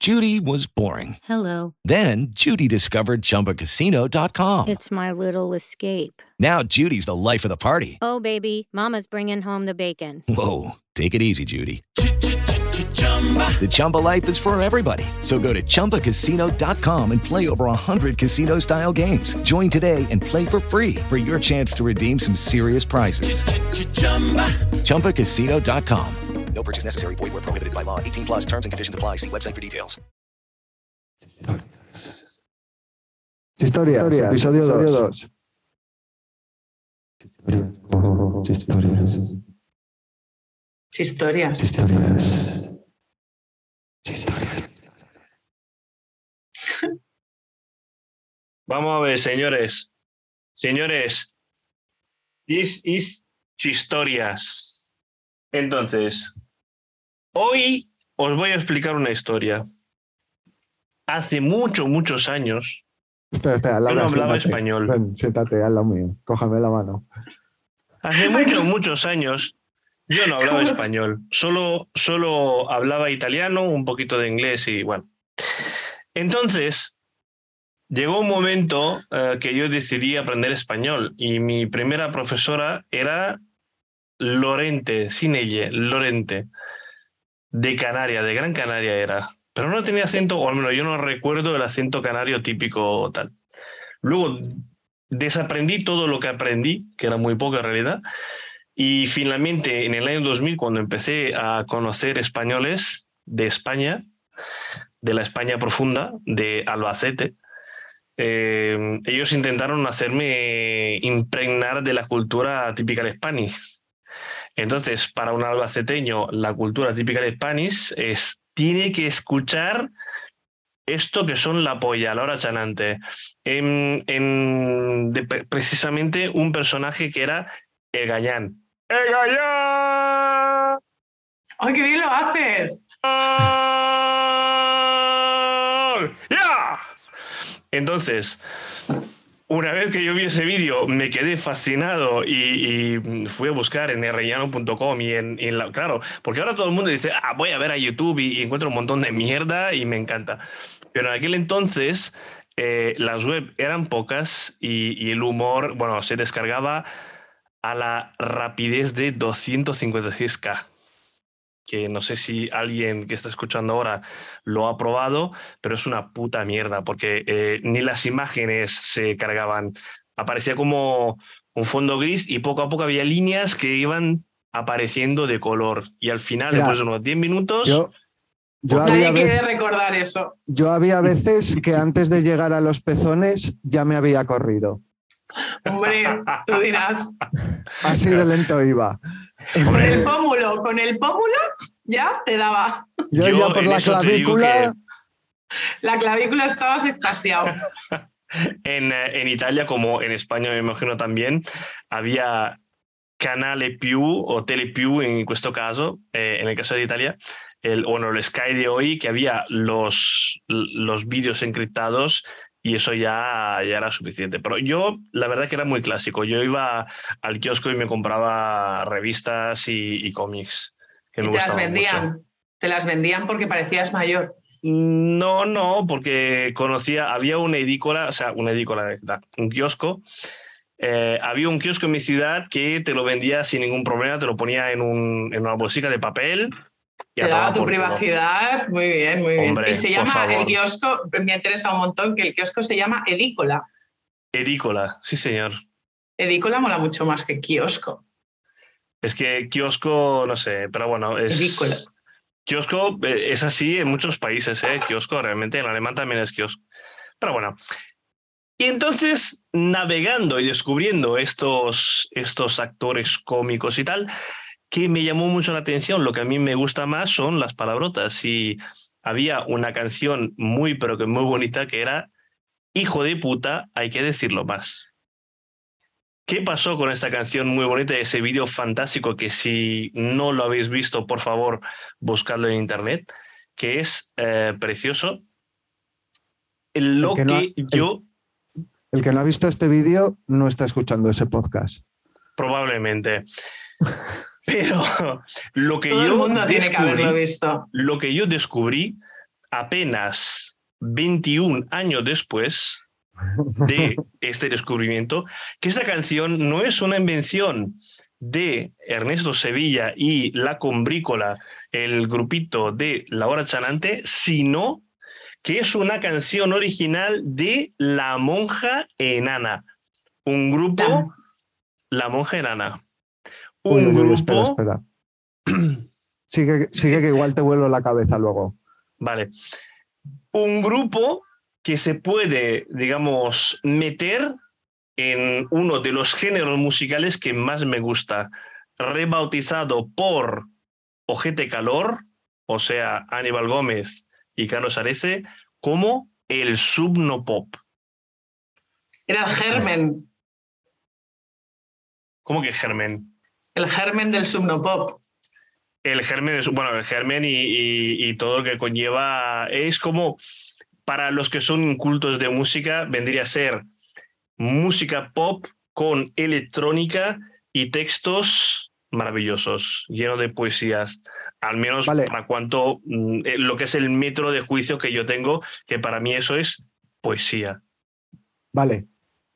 Judy was boring. Hello. Then Judy discovered ChumbaCasino.com. It's my little escape. Now Judy's the life of the party. Oh, baby, mama's bringing home the bacon. Whoa, take it easy, Judy. The Chumba life is for everybody. So go to ChumbaCasino.com and play over 100 casino-style games. Join today and play for free for your chance to redeem some serious prizes. ChumbaCasino.com. No purchase necessary. Void where prohibited by law. 18 plus terms and conditions apply. See website for details. Historias. Episodio 2. Vamos a ver, señores. This is Chistorias. Entonces, hoy os voy a explicar una historia. Hace muchos años, Espera, yo no hablaba siéntate. español. Ven, siéntate al lado mío. Cójame la mano. Hace muchos años, yo no hablaba español. Solo hablaba italiano, un poquito de inglés y bueno. Entonces, llegó un momento que yo decidí aprender español y mi primera profesora era Lorente, sin ella, Lorente, de Canarias, de Gran Canaria era. Pero no tenía acento, o al menos yo no recuerdo el acento canario típico o tal. Luego desaprendí todo lo que aprendí, que era muy poco en realidad, y finalmente en el año 2000, cuando empecé a conocer españoles de España, de la España profunda, de Albacete, ellos intentaron hacerme impregnar de la cultura típica de Spanish. Entonces, para un albaceteño, la cultura típica de Spanish tiene que escuchar esto que son la polla, la hora chanante. Precisamente un personaje que era el Gañán. ¡El Gañán! ¡Ay, qué bien lo haces! ¡Ya! Entonces, una vez que yo vi ese vídeo, me quedé fascinado y fui a buscar en errellano.com claro, porque ahora todo el mundo dice, voy a ver a YouTube y encuentro un montón de mierda y me encanta. Pero en aquel entonces las web eran pocas y el humor, bueno, se descargaba a la rapidez de 256K. Que no sé si alguien que está escuchando ahora lo ha probado, pero es una puta mierda, porque ni las imágenes se cargaban. Aparecía como un fondo gris y poco a poco había líneas que iban apareciendo de color. Y al final, Mira, después de unos 10 minutos... Yo Nadie había quiere veces, recordar eso. yo había veces que antes de llegar a los pezones ya me había corrido. Hombre, tú dirás. Así de lento iba. Con el pómulo ya te daba. Yo ya por en la eso te digo clavícula. La clavícula estabas extasiado. En Italia, como en España me imagino también, había Canale Più o Tele Più en questo caso, en el caso de Italia, el Sky de hoy, que había los vídeos encriptados y eso ya era suficiente. Pero yo, la verdad que era muy clásico. Yo iba al kiosco y me compraba revistas y cómics que me Y te las gustaban vendían. mucho. Te las vendían porque parecías mayor. No, porque había una edícola, un kiosco. Había un kiosco en mi ciudad que te lo vendía sin ningún problema, te lo ponía en una bolsita de papel. Y te daba tu privacidad. Muy bien, muy bien. Hombre, y se por llama favor. el kiosco, me interesa un montón que el kiosco se llama edícola. Edícola, sí señor. Edícola mola mucho más que kiosco. Es que kiosco, no sé, pero bueno, es... Edícola. Kiosco es así en muchos países, kiosco realmente, en alemán también es kiosco. Pero bueno. Y entonces, navegando y descubriendo estos actores cómicos y tal, que me llamó mucho la atención, lo que a mí me gusta más son las palabrotas. Y había una canción muy, pero que muy bonita que era Hijo de puta, hay que decirlo más. ¿Qué pasó con esta canción muy bonita, ese vídeo fantástico que si no lo habéis visto, por favor, buscadlo en internet, que es precioso? El que no ha visto este vídeo no está escuchando ese podcast. Probablemente. Pero lo que Todo el mundo tiene que haberlo visto. Lo que yo descubrí apenas 21 años después de este descubrimiento, que esta canción no es una invención de Ernesto Sevilla y La Combrícola, el grupito de La Hora Chanante, sino que es una canción original de La Monja Enana, un grupo, La Monja Enana, un grupo... Espera. Sigue que igual te vuelo la cabeza luego. Vale. Un grupo que se puede, digamos, meter en uno de los géneros musicales que más me gusta, rebautizado por Ojete Calor, o sea, Aníbal Gómez y Carlos Arece, como el subnopop. Era el germen. ¿Cómo que germen? El germen del subnopop. El germen, el germen y todo lo que conlleva es como, para los que son incultos de música, vendría a ser música pop con electrónica y textos maravillosos, llenos de poesías, al menos para cuanto lo que es el metro de juicio que yo tengo, que para mí eso es poesía. Vale.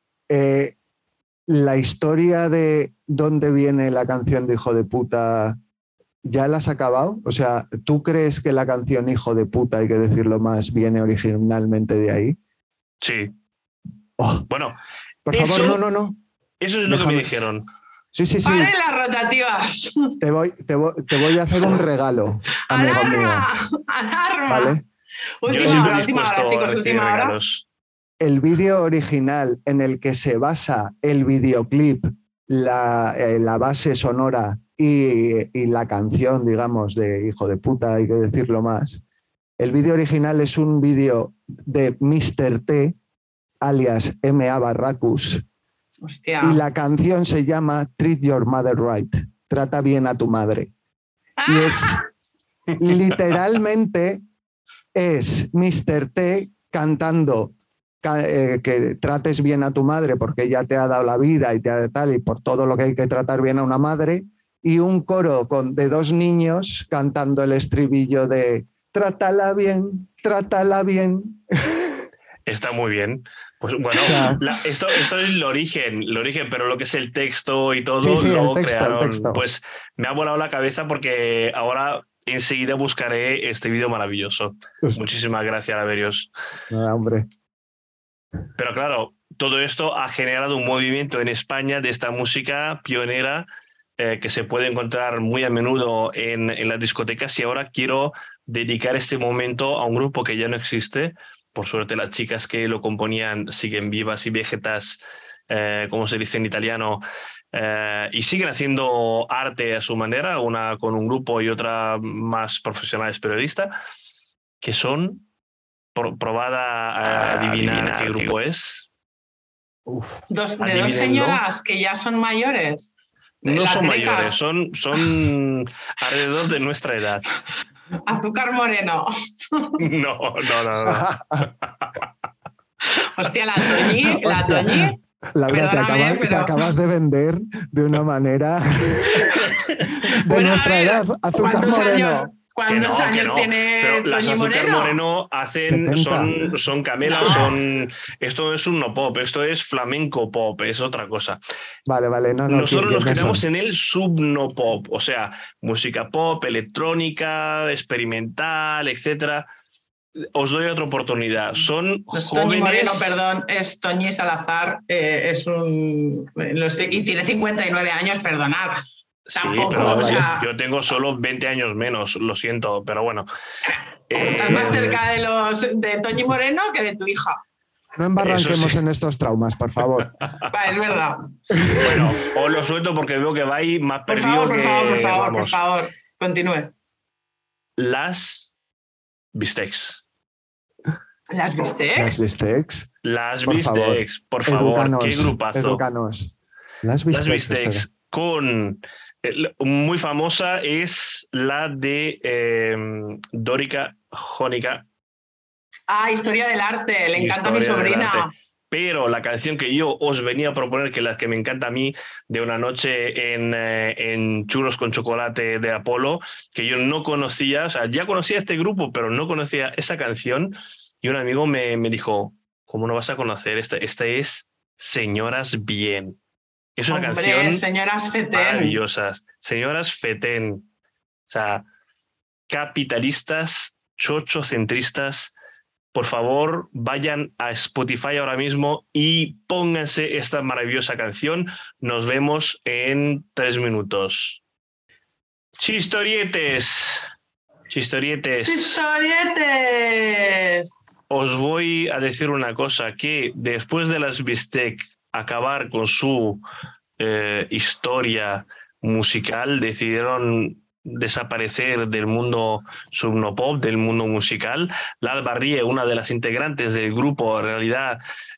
La historia de dónde viene la canción de Hijo de Puta, ¿ya la has acabado? O sea, ¿tú crees que la canción Hijo de Puta, hay que decirlo más, viene originalmente de ahí? Sí. Oh. Bueno, por favor, no. Eso es lo que me dijeron. Sí. ¡Paren las rotativas! Te voy a hacer un regalo, amigo mío. ¡Alarma! ¿Vale? Última hora, chicos, última hora. El vídeo original en el que se basa el videoclip, la base sonora y la canción, digamos, de Hijo de Puta, hay que decirlo más. El vídeo original es un vídeo de Mr. T, alias M.A. Barracus. Hostia. Y la canción se llama Treat Your Mother Right, trata bien a tu madre. Y es literalmente es Mr. T cantando que trates bien a tu madre porque ella te ha dado la vida y te ha tal, y por todo lo que hay que tratar bien a una madre, y un coro de dos niños cantando el estribillo de trátala bien, trátala bien. Está muy bien. Pues bueno, esto es el origen, pero lo que es el texto y todo, sí, luego el texto. pues me ha volado la cabeza porque ahora enseguida buscaré este vídeo maravilloso. Muchísimas gracias, Averios. Nada, hombre. Pero claro, todo esto ha generado un movimiento en España de esta música pionera que se puede encontrar muy a menudo en las discotecas, y ahora quiero dedicar este momento a un grupo que ya no existe. Por suerte las chicas que lo componían siguen vivas y vegetas, como se dice en italiano, y siguen haciendo arte a su manera, una con un grupo y otra más profesional, periodista, que son, probada a adivinar qué grupo es. Dos señoras que ya son mayores. No son mayores, son alrededor de nuestra edad. Azúcar Moreno. No. Hostia, la Toñi. Laura, te acabas de vender de una manera de nuestra edad. Azúcar Moreno. ¿Cuántos años tiene pero las Toñi Azúcar Moreno? Son camelas, esto no es un no pop, esto es flamenco pop, es otra cosa. Vale, no. Nosotros nos quedamos en el subno pop, o sea, música pop, electrónica, experimental, etcétera. Os doy otra oportunidad. Son jóvenes. Toñi Moreno, perdón, es Toñi Salazar, y tiene 59 años, perdonad. Tampoco, sí, pero o sea, yo tengo solo 20 años menos, lo siento, pero bueno. Estás más cerca de Toñi Moreno que de tu hija. No embarranquemos en estos traumas, por favor. Es verdad. Bueno, os lo suelto porque veo que va ahí más perdido Por favor, continúe. Las bistecs. ¿Las bistecs? Las bistecs. Las bistecs, por favor, qué grupazo. Edúcanos. Las bistecs. Con muy famosa es la de Dórica Jónica. Historia del arte, le encanta a mi sobrina. Pero la canción que yo os venía a proponer, que es la que me encanta a mí, de una noche en Churros con Chocolate de Apolo, que yo no conocía, o sea, ya conocía este grupo, pero no conocía esa canción, y un amigo me dijo, ¿cómo no vas a conocer? Esta es Señoras Bien. Es una canción Señoras Fetén. maravillosa. Señoras Fetén. O sea, capitalistas, chochocentristas. Por favor, vayan a Spotify ahora mismo y pónganse esta maravillosa canción. Nos vemos en 3 minutos. Chistorietes. ¡Chistorietes! Os voy a decir una cosa, que después de las Bistec acabar con su historia musical, decidieron desaparecer del mundo subnopop, del mundo musical. Lal Barrie, una de las integrantes del grupo, en realidad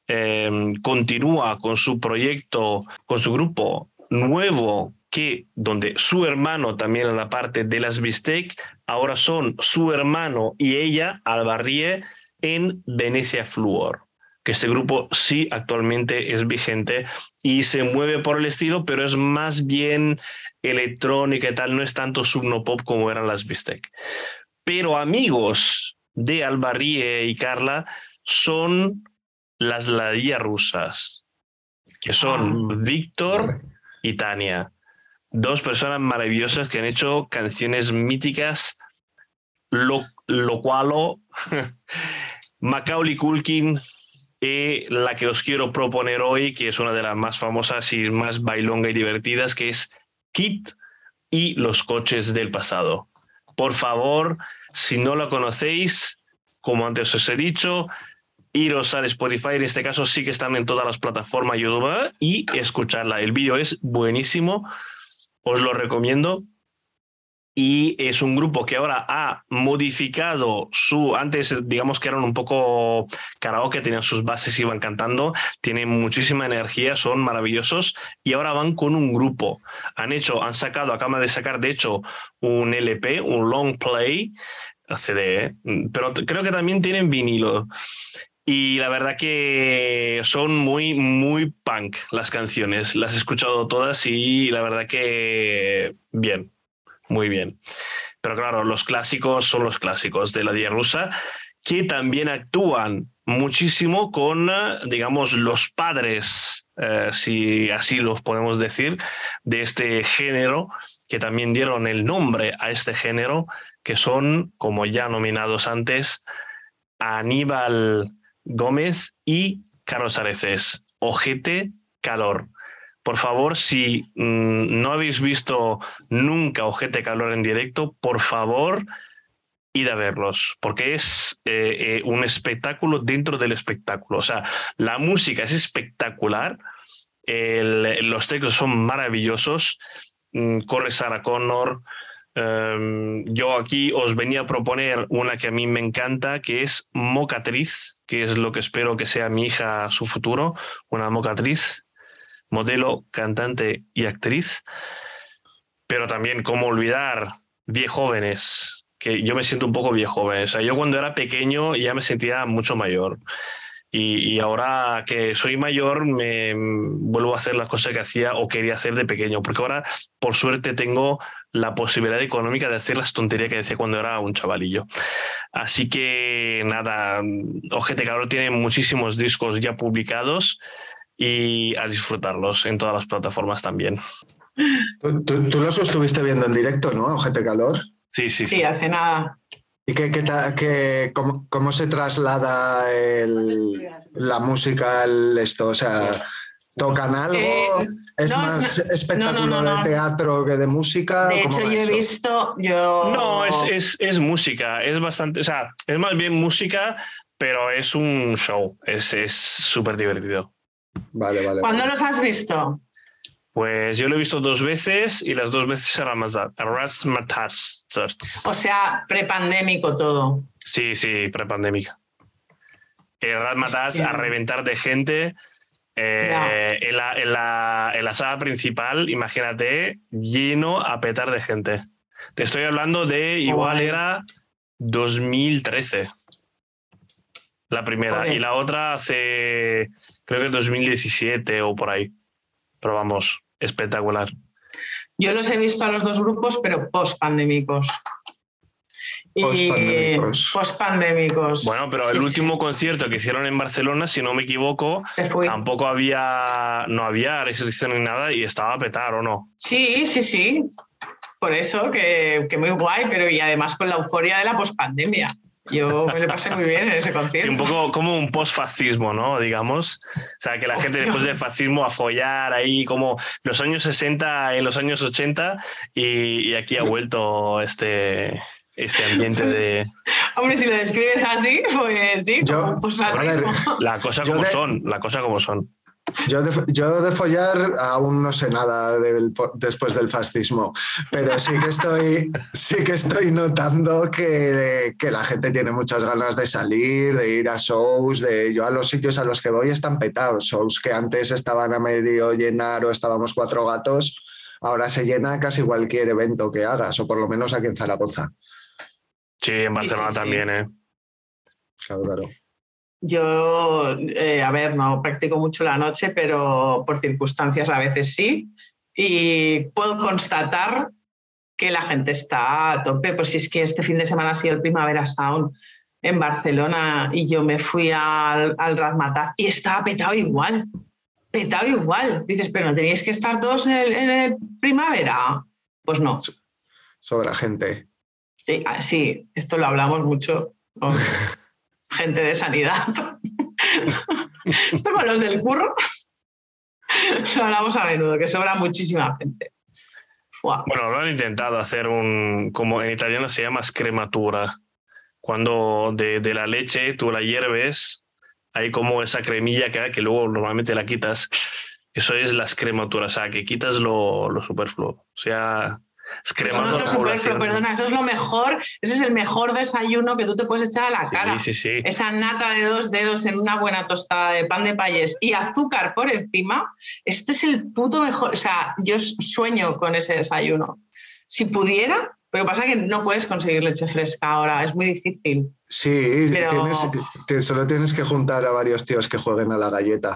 continúa con su proyecto, con su grupo nuevo, donde su hermano también en la parte de las Bistec, ahora son su hermano y ella, Al Barrie, en Venecia Fluor, que este grupo sí actualmente es vigente y se mueve por el estilo, pero es más bien electrónica y tal, no es tanto subnopop como eran las Bistec. Pero amigos de Al Barrie y Carla son las Ladilla Rusas, que son Víctor y Tania, 2 personas maravillosas que han hecho canciones míticas, lo cual Macaulay Culkin, la que os quiero proponer hoy, que es una de las más famosas y más bailonga y divertidas, que es Kit y los coches del pasado. Por favor, si no la conocéis, como antes os he dicho, iros al Spotify, en este caso sí que están en todas las plataformas YouTube, y escucharla. El vídeo es buenísimo, os lo recomiendo. Y es un grupo que ahora ha modificado antes digamos que eran un poco karaoke, tenían sus bases, iban cantando, tienen muchísima energía, son maravillosos, y ahora van con un grupo. Acaban de sacar de hecho un LP, un long play, CD, pero creo que también tienen vinilo. Y la verdad que son muy, muy punk las canciones, las he escuchado todas y la verdad que bien. Muy bien. Pero claro, los clásicos son los clásicos de la Ladilla Rusa, que también actúan muchísimo con, digamos, los padres, si así los podemos decir, de este género, que también dieron el nombre a este género, que son, como ya nominados antes, Aníbal Gómez y Carlos Areces. Ojete Calor. Por favor, si no habéis visto nunca Ojete Calor en directo, por favor, id a verlos, porque es un espectáculo dentro del espectáculo. O sea, la música es espectacular, los textos son maravillosos, corre Sarah Connor. Yo aquí os venía a proponer una que a mí me encanta, que es Mocatriz, que es lo que espero que sea mi hija su futuro, una mocatriz, modelo, cantante y actriz. Pero también, cómo olvidar Viejóvenes, que yo me siento un poco viejoven. O sea, yo cuando era pequeño ya me sentía mucho mayor. Y ahora que soy mayor me vuelvo a hacer las cosas que hacía o quería hacer de pequeño, porque ahora por suerte tengo la posibilidad económica de hacer las tonterías que decía cuando era un chavalillo. Así que nada, Ojete Calor tiene muchísimos discos ya publicados y a disfrutarlos en todas las plataformas también. Tú los estuviste viendo en directo, ¿no? Ojete Calor. Sí. Sí, hace nada. ¿Y cómo se traslada la música al esto? O sea, ¿tocan algo? ¿Es más espectáculo de teatro que de música? De hecho, yo he visto... No, es música, es bastante... O sea, es más bien música, pero es un show, es súper divertido. Vale. ¿Cuándo los has visto? Pues yo lo he visto 2 veces y las 2 veces a Razzmatazz. O sea, prepandémico todo. Sí, prepandémica. El Razzmatazz a reventar de gente. En la sala principal, imagínate, lleno a petar de gente. Te estoy hablando de igual era 2013. La primera. Joder. Y la otra hace, creo que 2017 o por ahí. Pero vamos, espectacular. Yo los he visto a los dos grupos, pero post-pandémicos. Post-pandémicos. Bueno, pero el último concierto que hicieron en Barcelona, si no me equivoco, tampoco no había restricción ni nada y estaba a petar, ¿o no? Sí. Por eso, que muy guay, pero y además con la euforia de la pospandemia. Yo me lo pasé muy bien en ese concierto. Sí, un poco como un post-fascismo, ¿no? Digamos. O sea, que la gente después del fascismo a follar ahí como los años 60 en los años 80 y aquí ha vuelto este ambiente de... Hombre, si lo describes así, pues sí, la cosa como son. Yo de follar aún no sé nada después del fascismo, pero sí que estoy notando que la gente tiene muchas ganas de salir, de ir a shows, yo a los sitios a los que voy están petados, shows que antes estaban a medio llenar o estábamos 4 gatos, ahora se llena casi cualquier evento que hagas, o por lo menos aquí en Zaragoza. Sí, en Barcelona también, ¿eh? Claro. Yo, a ver, no practico mucho la noche, pero por circunstancias a veces sí. Y puedo constatar que la gente está a tope. Pues si es que este fin de semana ha sido el Primavera Sound en Barcelona y yo me fui al Razzmatazz y estaba petado igual. Dices, pero ¿no teníais que estar todos en el Primavera? Pues no. Sobra gente. Sí, esto lo hablamos mucho con gente de sanidad. Esto con los del curro lo hablamos a menudo, que sobra muchísima gente. Fua. Bueno, lo han intentado hacer como en italiano se llama scrematura. Cuando de la leche tú la hierves, hay como esa cremilla que luego normalmente la quitas. Eso es la scrematura, o sea, que quitas lo superfluo. O sea... Perdona, eso es lo mejor, ese es el mejor desayuno que tú te puedes echar a la cara. Sí. Esa nata de 2 dedos en una buena tostada de pan de payés y azúcar por encima, este es el puto mejor. O sea, yo sueño con ese desayuno. Si pudiera, pero pasa que no puedes conseguir leche fresca ahora, es muy difícil. Sí, pero... solo tienes que juntar a varios tíos que jueguen a la galleta.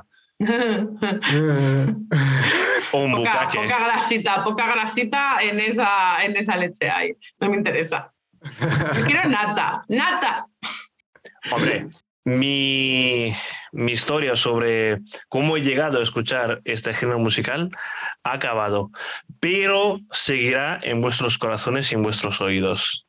Poca grasita en esa leche ahí. No me interesa. Yo quiero nata. Hombre, mi historia sobre cómo he llegado a escuchar este género musical ha acabado, pero seguirá en vuestros corazones y en vuestros oídos.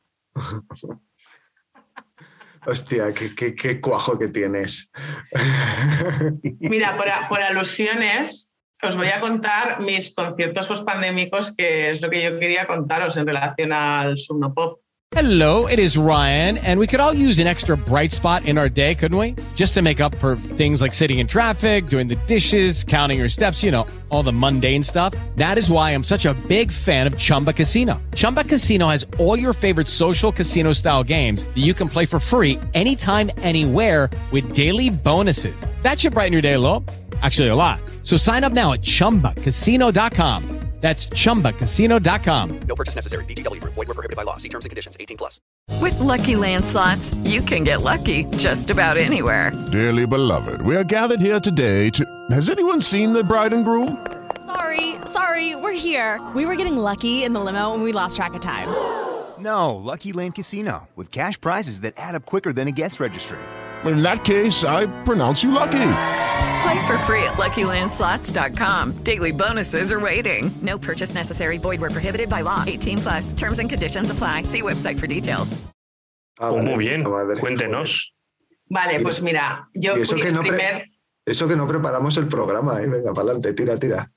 Hostia, qué cuajo que tienes. Mira, por alusiones, os voy a contar mis conciertos pospandémicos, que es lo que yo quería contaros en relación al Subnopop. Hello, it is Ryan, and we could all use an extra bright spot in our day, couldn't we? Just to make up for things like sitting in traffic, doing the dishes, counting your steps, all the mundane stuff. That is why I'm such a big fan of Chumba Casino. Chumba Casino has all your favorite social casino-style games that you can play for free anytime, anywhere with daily bonuses. That should brighten your day a little. Actually, a lot. So sign up now at ChumbaCasino.com. That's ChumbaCasino.com. No purchase necessary. VGW Group. Void where prohibited by law. See terms and conditions. 18+. With Lucky Land Slots, you can get lucky just about anywhere. Dearly beloved, we are gathered here today to... Has anyone seen the bride and groom? Sorry, we're here. We were getting lucky in the limo and we lost track of time. No, Lucky Land Casino, with cash prizes that add up quicker than a guest registry. In that case, I pronounce you lucky. Play for free at LuckyLandSlots.com. Daily bonuses are waiting. No purchase necessary. Void where prohibited by law. 18+. Terms and conditions apply. See website for details. Muy bien, cuéntenos. Vale, pues mira, yo eso fui Eso que no preparamos el programa, Venga, para adelante, tira.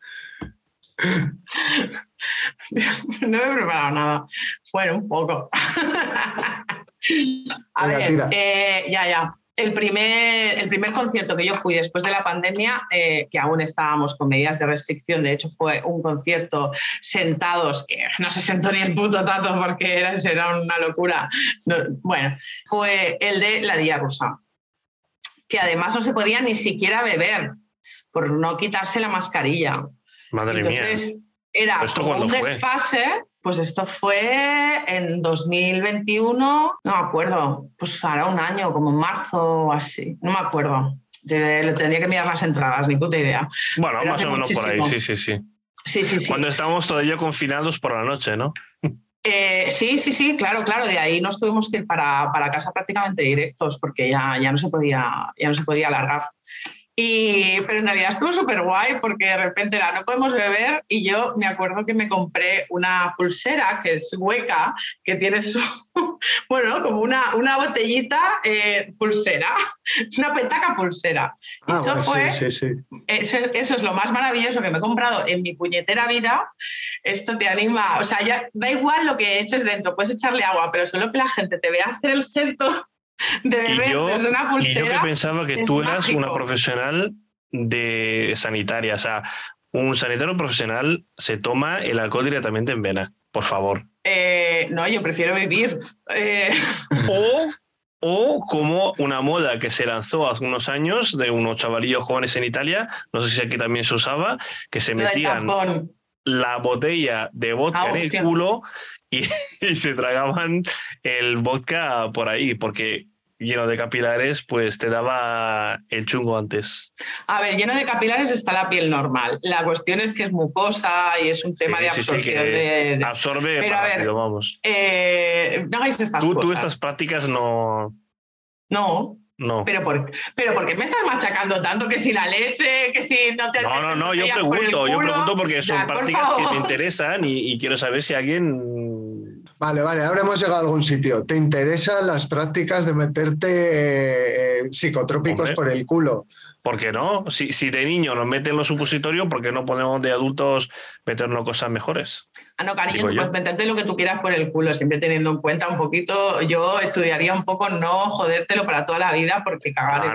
No me he preparado nada. Bueno, un poco. A ver, ya. El primer concierto que yo fui después de la pandemia, que aún estábamos con medidas de restricción, de hecho fue un concierto sentados, que no se sentó ni el puto tato porque era una locura. No, bueno, fue el de La Día Rusa, que además no se podía ni siquiera beber por no quitarse la mascarilla. Madre mía. Entonces era como un desfase. Pues esto fue en 2021, no me acuerdo, pues hará un año, como en marzo o así, no me acuerdo. Le tendría que mirar las entradas, ni puta idea. Bueno, Pero más o menos por ahí, sí. Sí. Cuando estábamos todavía confinados por la noche, ¿no? Sí, claro. De ahí nos tuvimos que ir para casa prácticamente directos porque ya no se podía alargar. Pero en realidad estuvo súper guay porque de repente no podemos beber y yo me acuerdo que me compré una pulsera que es hueca, que tiene como una botellita pulsera, una petaca pulsera. Eso es lo más maravilloso que me he comprado en mi puñetera vida. Esto te anima, o sea, ya da igual lo que eches dentro, puedes echarle agua, pero solo que la gente te vea hacer el gesto de beber desde una pulsera. Y yo que pensaba que tú eras mágico. una profesional de sanitaria, o sea, un sanitario profesional se toma el alcohol directamente en vena, por favor. No, yo prefiero vivir. O como una moda que se lanzó hace unos años de unos chavalillos jóvenes en Italia, no sé si aquí también se usaba, que se metían la botella de vodka en el culo y se tragaban el vodka por ahí, porque lleno de capilares, pues te daba el chungo antes. A ver, lleno de capilares está la piel normal. La cuestión es que es mucosa y es un tema de absorción. Absorbe pero rápido, vamos. No hagáis estas cosas. Tú estas prácticas no... No. Pero ¿por qué me estás machacando tanto? Que si la leche, que si no te... No, yo pregunto porque son prácticas que me interesan y quiero saber si alguien... Vale, ahora hemos llegado a algún sitio. ¿Te interesan las prácticas de meterte psicotrópicos por el culo? ¿Por qué no? Si de niño nos meten los supositorios, ¿por qué no podemos de adultos meternos cosas mejores? No, cariño, tú puedes meterte lo que tú quieras por el culo, siempre teniendo en cuenta un poquito, yo estudiaría un poco no jodértelo para toda la vida, porque cagar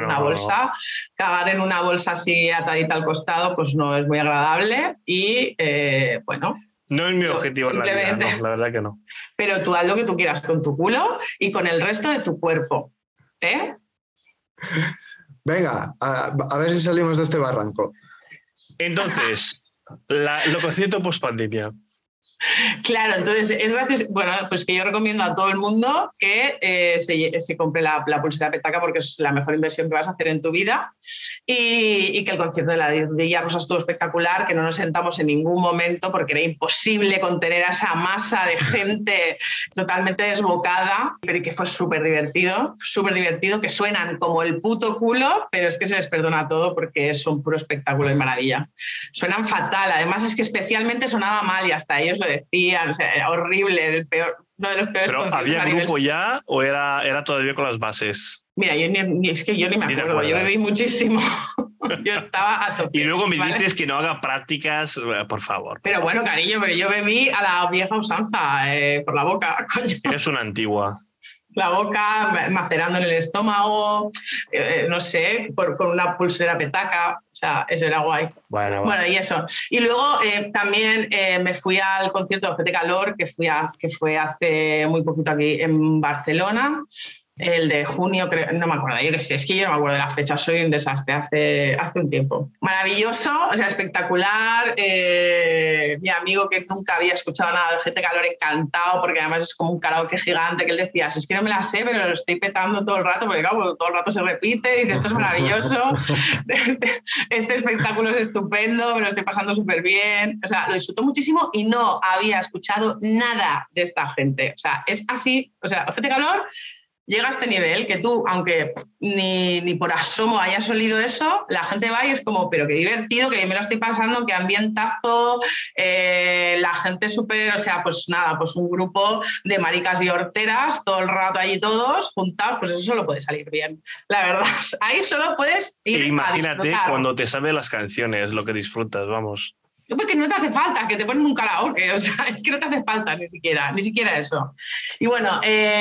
en una bolsa así atadita al costado, pues no es muy agradable y bueno... No es mi objetivo en la vida, no, la verdad que no. Pero tú haz lo que tú quieras con tu culo y con el resto de tu cuerpo, ¿eh? Venga, a ver si salimos de este barranco. Entonces, lo concierto post-pandemia. Claro, entonces es gracioso. Bueno, pues que yo recomiendo a todo el mundo que se compre la pulsera petaca porque es la mejor inversión que vas a hacer en tu vida y que el concierto de la Ardilla Rosa estuvo espectacular, que no nos sentamos en ningún momento porque era imposible contener a esa masa de gente totalmente desbocada, pero que fue súper divertido, que suenan como el puto culo, pero es que se les perdona todo porque es un puro espectáculo y maravilla. Suenan fatal, además es que especialmente sonaba mal y hasta ellos lo decían, o sea, era horrible, uno de los peores. ¿Pero había grupo ya o era todavía con las bases? Mira, es que yo ni me acuerdo, yo bebí muchísimo. Yo estaba a tope. Y luego me dices que no haga prácticas, por favor. Pero bueno, cariño, pero yo bebí a la vieja usanza, por la boca, coño. Eres una antigua. La boca, macerando en el estómago, no sé, con una pulsera petaca, o sea, eso era guay. Bueno, y eso. Y luego también me fui al concierto de Ojete Calor, que fue hace muy poquito aquí en Barcelona, el de junio, creo, no me acuerdo, yo qué sé, es que yo no me acuerdo de la fecha, soy un desastre, hace un tiempo. Maravilloso, o sea, espectacular. Mi amigo que nunca había escuchado nada de Ojete Calor, encantado, porque además es como un karaoke gigante, que él decía, es que no me la sé, pero lo estoy petando todo el rato, porque claro, todo el rato se repite, y dice, esto es maravilloso, este espectáculo es estupendo, me lo estoy pasando súper bien, o sea, lo disfruto muchísimo y no había escuchado nada de esta gente, o sea, es así, o sea, Ojete Calor llega a este nivel que tú, aunque ni por asomo hayas olido eso, la gente va y es como, pero qué divertido, que yo me lo estoy pasando, qué ambientazo, la gente súper, o sea, pues nada, pues un grupo de maricas y horteras, todo el rato allí todos, juntados, pues eso solo puede salir bien, la verdad. Ahí solo puedes ir imagínate cuando te sabes las canciones, lo que disfrutas, vamos. Porque no te hace falta que te ponen un karaoke, o sea, es que no te hace falta ni siquiera eso. Y bueno,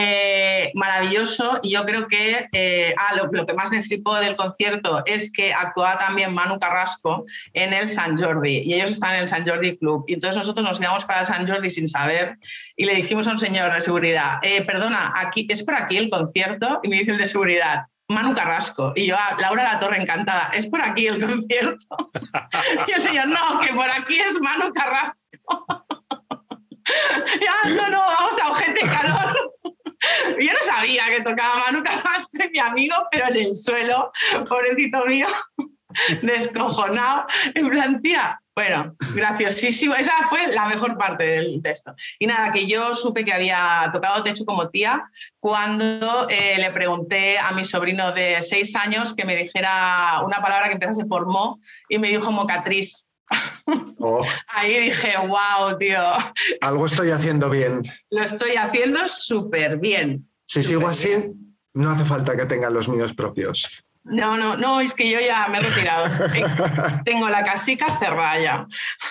maravilloso, y yo creo que lo que más me flipó del concierto es que actuaba también Manu Carrasco en el Sant Jordi, y ellos están en el Sant Jordi Club, y entonces nosotros nos íbamos para el Sant Jordi sin saber, y le dijimos a un señor de seguridad, perdona, ¿es por aquí el concierto? Y me dice el de seguridad, Manu Carrasco. Y yo, Laura Latorre, encantada, ¿es por aquí el concierto? Y el señor, no, que por aquí es Manu Carrasco. Ya, no, vamos a ojete calor. Yo no sabía que tocaba Manu Carrasco, mi amigo, pero en el suelo, pobrecito mío, descojonado, en plan, tía. Bueno, graciosísimo. Esa fue la mejor parte del texto. Y nada, que yo supe que había tocado techo como tía cuando le pregunté a mi sobrino de 6 años que me dijera una palabra que empezase por mo y me dijo mocatriz. Oh. Ahí dije, wow, tío. Algo estoy haciendo bien. Lo estoy haciendo súper bien. Si sigo así, no hace falta que tenga los míos propios. No, es que yo ya me he retirado. Tengo la casica cerrada ya.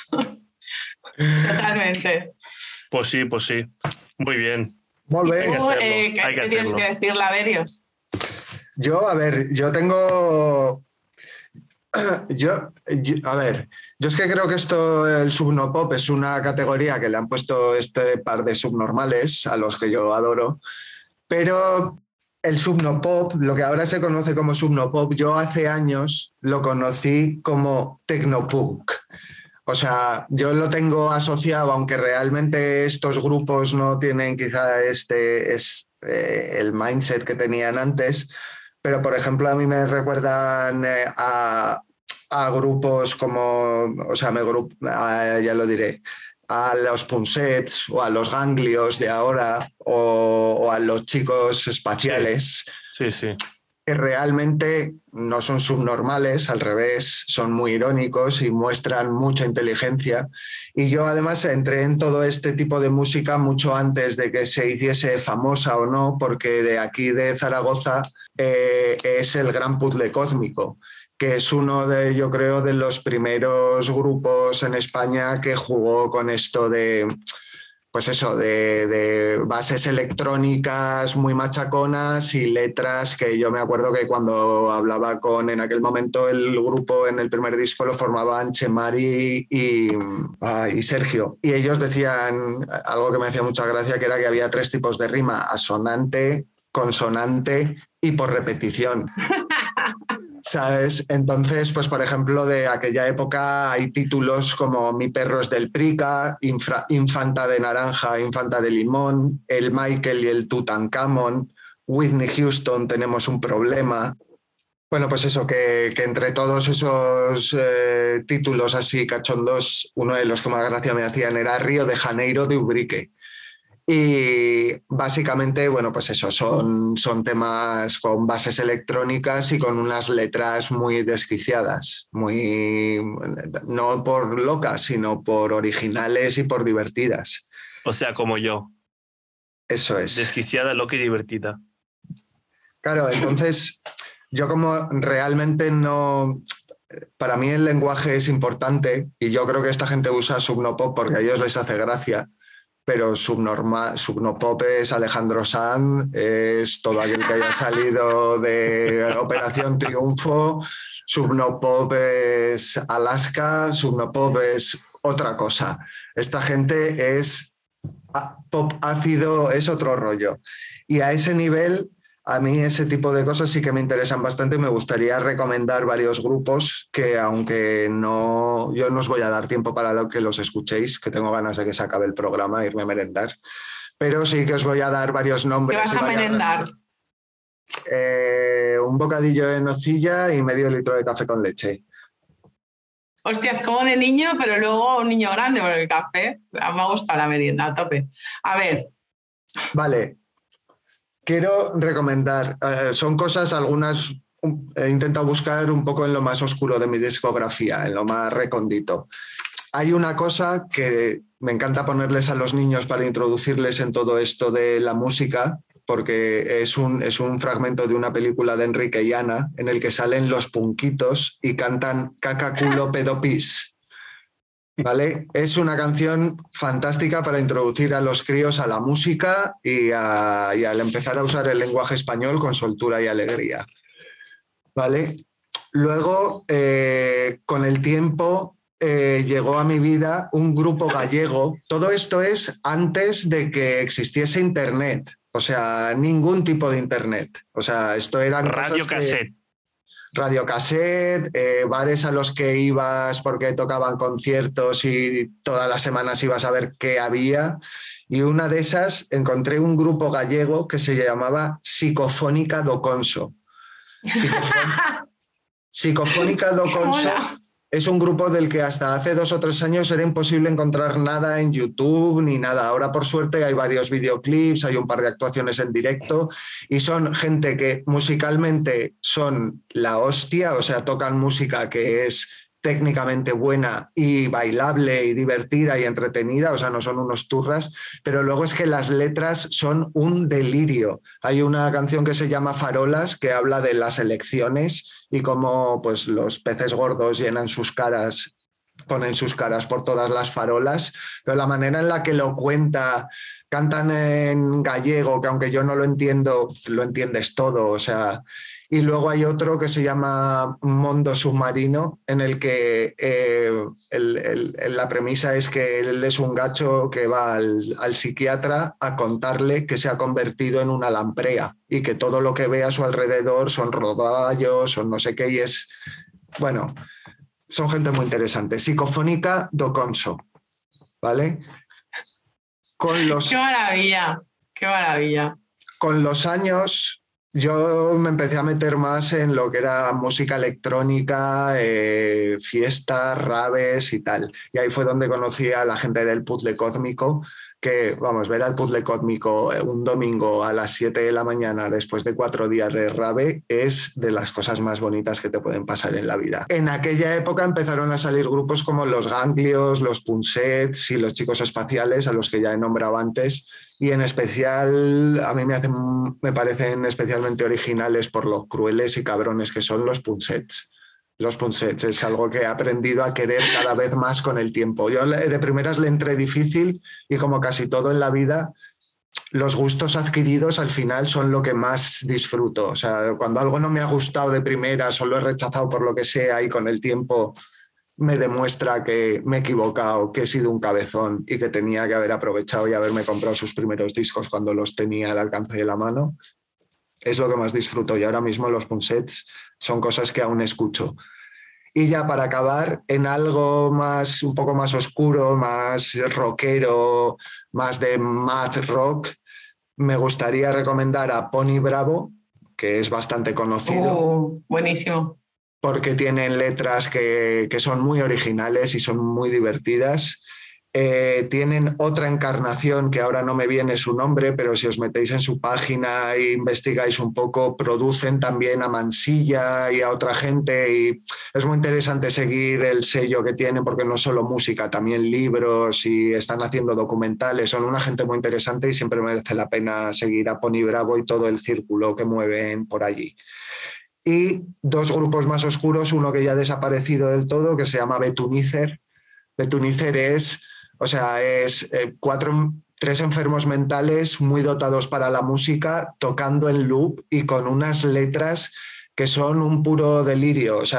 Totalmente. Pues sí. Muy bien. Muy bien. ¿Tú, qué tienes que decir, Laverios? Yo tengo... Yo es que creo que el subnopop es una categoría que le han puesto este par de subnormales a los que yo adoro, pero el subnopop, lo que ahora se conoce como subnopop, yo hace años lo conocí como tecnopunk. O sea, yo lo tengo asociado, aunque realmente estos grupos no tienen quizá el mindset que tenían antes, pero por ejemplo a mí me recuerdan a grupos como, o sea, ya lo diré, a los Punsets o a los Ganglios de ahora o a los Chicos Espaciales. Sí. Que realmente no son subnormales, al revés, son muy irónicos y muestran mucha inteligencia. Y yo además entré en todo este tipo de música mucho antes de que se hiciese famosa o no, porque de aquí de Zaragoza es el Gran Puzzle Cósmico, que es uno de, yo creo, de los primeros grupos en España que jugó con esto de... Pues eso, de bases electrónicas muy machaconas y letras que yo me acuerdo que cuando hablaba en aquel momento el grupo en el primer disco lo formaban Chemari y Sergio. Y ellos decían algo que me hacía mucha gracia, que era que había 3 tipos de rima: asonante, consonante y por repetición. ¿Sabes? Entonces, pues por ejemplo, de aquella época hay títulos como Mi perro es del Prica, Infanta de Naranja, Infanta de Limón, El Michael y el Tutankamón, Whitney Houston, Tenemos un problema. Bueno, pues eso, que entre todos esos títulos así cachondos, uno de los que más gracia me hacían era Río de Janeiro de Ubrique. Y básicamente, bueno, pues eso, son temas con bases electrónicas y con unas letras muy desquiciadas, no por locas, sino por originales y por divertidas. O sea, como yo. Eso es. Desquiciada, loca y divertida. Claro, entonces yo como realmente no... Para mí el lenguaje es importante y yo creo que esta gente usa subnopop porque a ellos les hace gracia. Pero subnopop es Alejandro Sanz, es todo aquel que haya salido de Operación Triunfo, subnopop es Alaska, subnopop es otra cosa. Esta gente es pop ácido, es otro rollo. Y a ese nivel, a mí ese tipo de cosas sí que me interesan bastante. Me gustaría recomendar varios grupos que, aunque yo no os voy a dar tiempo para que los escuchéis, que tengo ganas de que se acabe el programa e irme a merendar, pero sí que os voy a dar varios nombres. ¿Qué vas a merendar? Un bocadillo de nocilla y medio litro de café con leche. Hostias, como de niño, pero luego un niño grande por el café. Me gusta la merienda, a tope. A ver. Vale. Quiero recomendar, son cosas, algunas he intentado buscar un poco en lo más oscuro de mi discografía, en lo más recóndito. Hay una cosa que me encanta ponerles a los niños para introducirles en todo esto de la música, porque es un fragmento de una película de Enrique y Ana en el que salen los punquitos y cantan Caca, culo, pedo, pis. ¿Vale? Es una canción fantástica para introducir a los críos a la música y al empezar a usar el lenguaje español con soltura y alegría. ¿Vale? Luego, con el tiempo, llegó a mi vida un grupo gallego. Todo esto es antes de que existiese Internet. O sea, ningún tipo de Internet. O sea, esto eran Radio cassette. radiocassette, bares a los que ibas porque tocaban conciertos y todas las semanas ibas a ver qué había. Y una de esas encontré un grupo gallego que se llamaba Psicofónica do Conso. Psicofónica do Conso es un grupo del que hasta hace 2 o 3 años era imposible encontrar nada en YouTube ni nada. Ahora, por suerte, hay varios videoclips, hay un par de actuaciones en directo y son gente que musicalmente son la hostia, o sea, tocan música que es técnicamente buena y bailable y divertida y entretenida, o sea, no son unos turras, pero luego es que las letras son un delirio. Hay una canción que se llama Farolas que habla de las elecciones y cómo pues, los peces gordos llenan sus caras, ponen sus caras por todas las farolas, pero la manera en la que lo cuenta, cantan en gallego, que aunque yo no lo entiendo, lo entiendes todo, o sea... Y luego hay otro que se llama Mundo Submarino, en el que la premisa es que él es un gacho que va al psiquiatra a contarle que se ha convertido en una lamprea y que todo lo que ve a su alrededor son rodaballos, son no sé qué, y es... Bueno, son gente muy interesante. Psicofónica do Conso, ¿vale? ¡Qué maravilla! ¡Qué maravilla! Con los años... Yo me empecé a meter más en lo que era música electrónica, fiestas, raves y tal. Y ahí fue donde conocí a la gente del Puzzle Cósmico, que, vamos, ver al Puzzle Cósmico un domingo a las 7 de la mañana después de 4 días de rave es de las cosas más bonitas que te pueden pasar en la vida. En aquella época empezaron a salir grupos como los Ganglios, los Punsets y los Chicos Espaciales, a los que ya he nombrado antes. Y en especial, a mí me parecen especialmente originales por lo crueles y cabrones que son los Punsets. Los Punsets es algo que he aprendido a querer cada vez más con el tiempo. Yo de primeras le entré difícil y como casi todo en la vida, los gustos adquiridos al final son lo que más disfruto. O sea, cuando algo no me ha gustado de primeras o lo he rechazado por lo que sea y con el tiempo... me demuestra que me he equivocado, que he sido un cabezón y que tenía que haber aprovechado y haberme comprado sus primeros discos cuando los tenía al alcance de la mano. Es lo que más disfruto y ahora mismo los Punsets son cosas que aún escucho. Y ya para acabar, en algo más, un poco más oscuro, más rockero, más de math rock, me gustaría recomendar a Pony Bravo, que es bastante conocido. Buenísimo. Porque tienen letras que son muy originales y son muy divertidas. Tienen otra encarnación que ahora no me viene su nombre, pero si os metéis en su página e investigáis un poco, producen también a Mansilla y a otra gente y es muy interesante seguir el sello que tienen porque no solo música, también libros y están haciendo documentales. Son una gente muy interesante y siempre merece la pena seguir a Pony Bravo y todo el círculo que mueven por allí. Y 2 grupos más oscuros, uno que ya ha desaparecido del todo, que se llama Betunicer. Betunicer es 3 enfermos mentales muy dotados para la música, tocando en loop y con unas letras que son un puro delirio. O sea,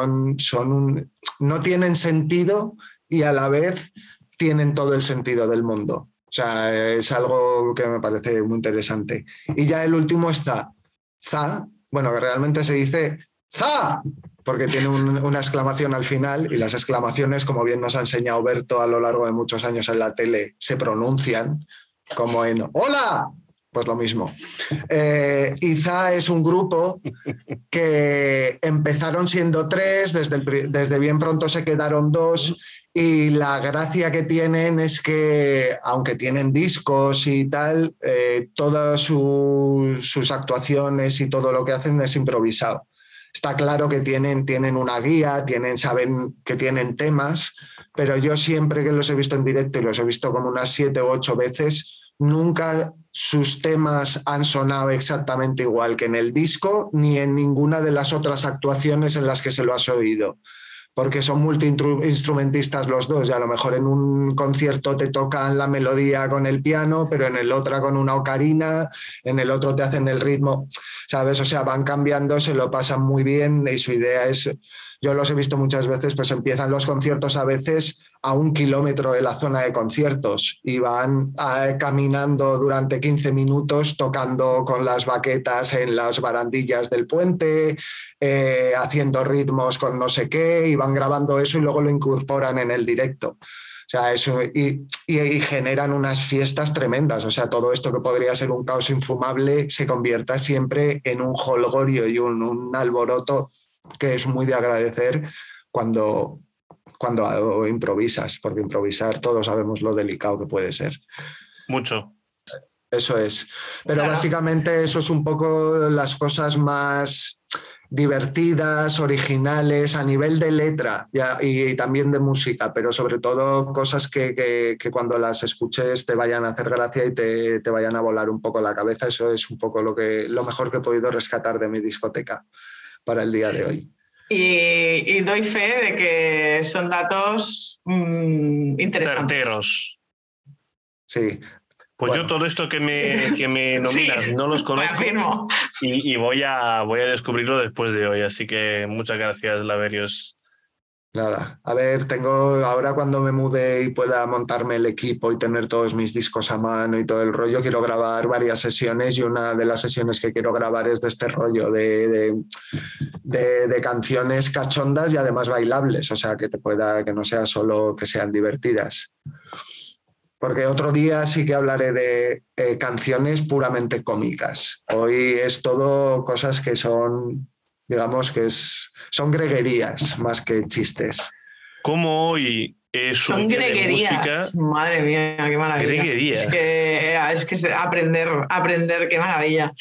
no tienen sentido y a la vez tienen todo el sentido del mundo. O sea, es algo que me parece muy interesante. Y ya el último está Za. Bueno, que realmente se dice ¡za! Porque tiene una exclamación al final y las exclamaciones, como bien nos ha enseñado Berto a lo largo de muchos años en la tele, se pronuncian como en ¡hola! Pues lo mismo. Y Za es un grupo que empezaron siendo 3, desde bien pronto se quedaron 2 y la gracia que tienen es que, aunque tienen discos y tal, todas sus actuaciones y todo lo que hacen es improvisado. Está claro que tienen una guía, saben que tienen temas, pero yo siempre que los he visto en directo, y los he visto como unas 7 u 8 veces, nunca sus temas han sonado exactamente igual que en el disco ni en ninguna de las otras actuaciones en las que se lo has oído. Porque son multiinstrumentistas los dos y a lo mejor en un concierto te tocan la melodía con el piano, pero en el otro con una ocarina, en el otro te hacen el ritmo. ¿sabes? O sea, van cambiando, se lo pasan muy bien y su idea es, yo los he visto muchas veces, pues empiezan los conciertos a veces a 1 kilómetro de la zona de conciertos y van caminando durante 15 minutos tocando con las baquetas en las barandillas del puente, haciendo ritmos con no sé qué, y van grabando eso y luego lo incorporan en el directo. O sea, eso, y generan unas fiestas tremendas. O sea, todo esto que podría ser un caos infumable se convierta siempre en un jolgorio y un alboroto que es muy de agradecer cuando improvisas, porque improvisar todos sabemos lo delicado que puede ser. Mucho. Eso es. Pero básicamente eso es un poco las cosas más divertidas, originales, a nivel de letra y también de música, pero sobre todo cosas que cuando las escuches te vayan a hacer gracia y te vayan a volar un poco la cabeza. Eso es un poco lo mejor que he podido rescatar de mi discoteca para el día de hoy. Y doy fe de que son datos interesantes. Certeros. Sí. Pues bueno, yo todo esto que me nominas no los conozco y voy a descubrirlo después de hoy. Así que muchas gracias, Laverios. Nada, a ver, ahora cuando me mude y pueda montarme el equipo y tener todos mis discos a mano y todo el rollo, quiero grabar varias sesiones y una de las sesiones que quiero grabar es de este rollo de canciones cachondas y además bailables, o sea, que no sea solo que sean divertidas. Porque otro día sí que hablaré de canciones puramente cómicas. Hoy es todo cosas que son, digamos que son greguerías más que chistes. Como hoy es un día de música. Madre mía, qué maravilla. Greguerías. Es que aprender, qué maravilla.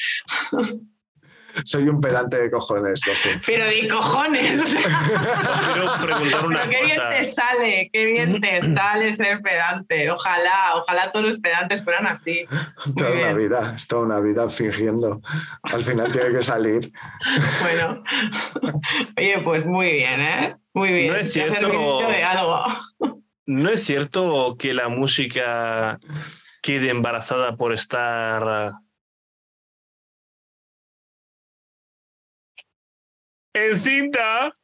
Soy un pedante de cojones, lo sé. Pero de cojones. O sea, quiero preguntar una qué bien te sale, qué bien te sale ser pedante. Ojalá todos los pedantes fueran así. Es toda una vida fingiendo. Al final tiene que salir. Bueno, oye, pues muy bien, ¿eh? Muy bien. No es cierto, de algo. ¿No es cierto que la música quede embarazada por estar encinta?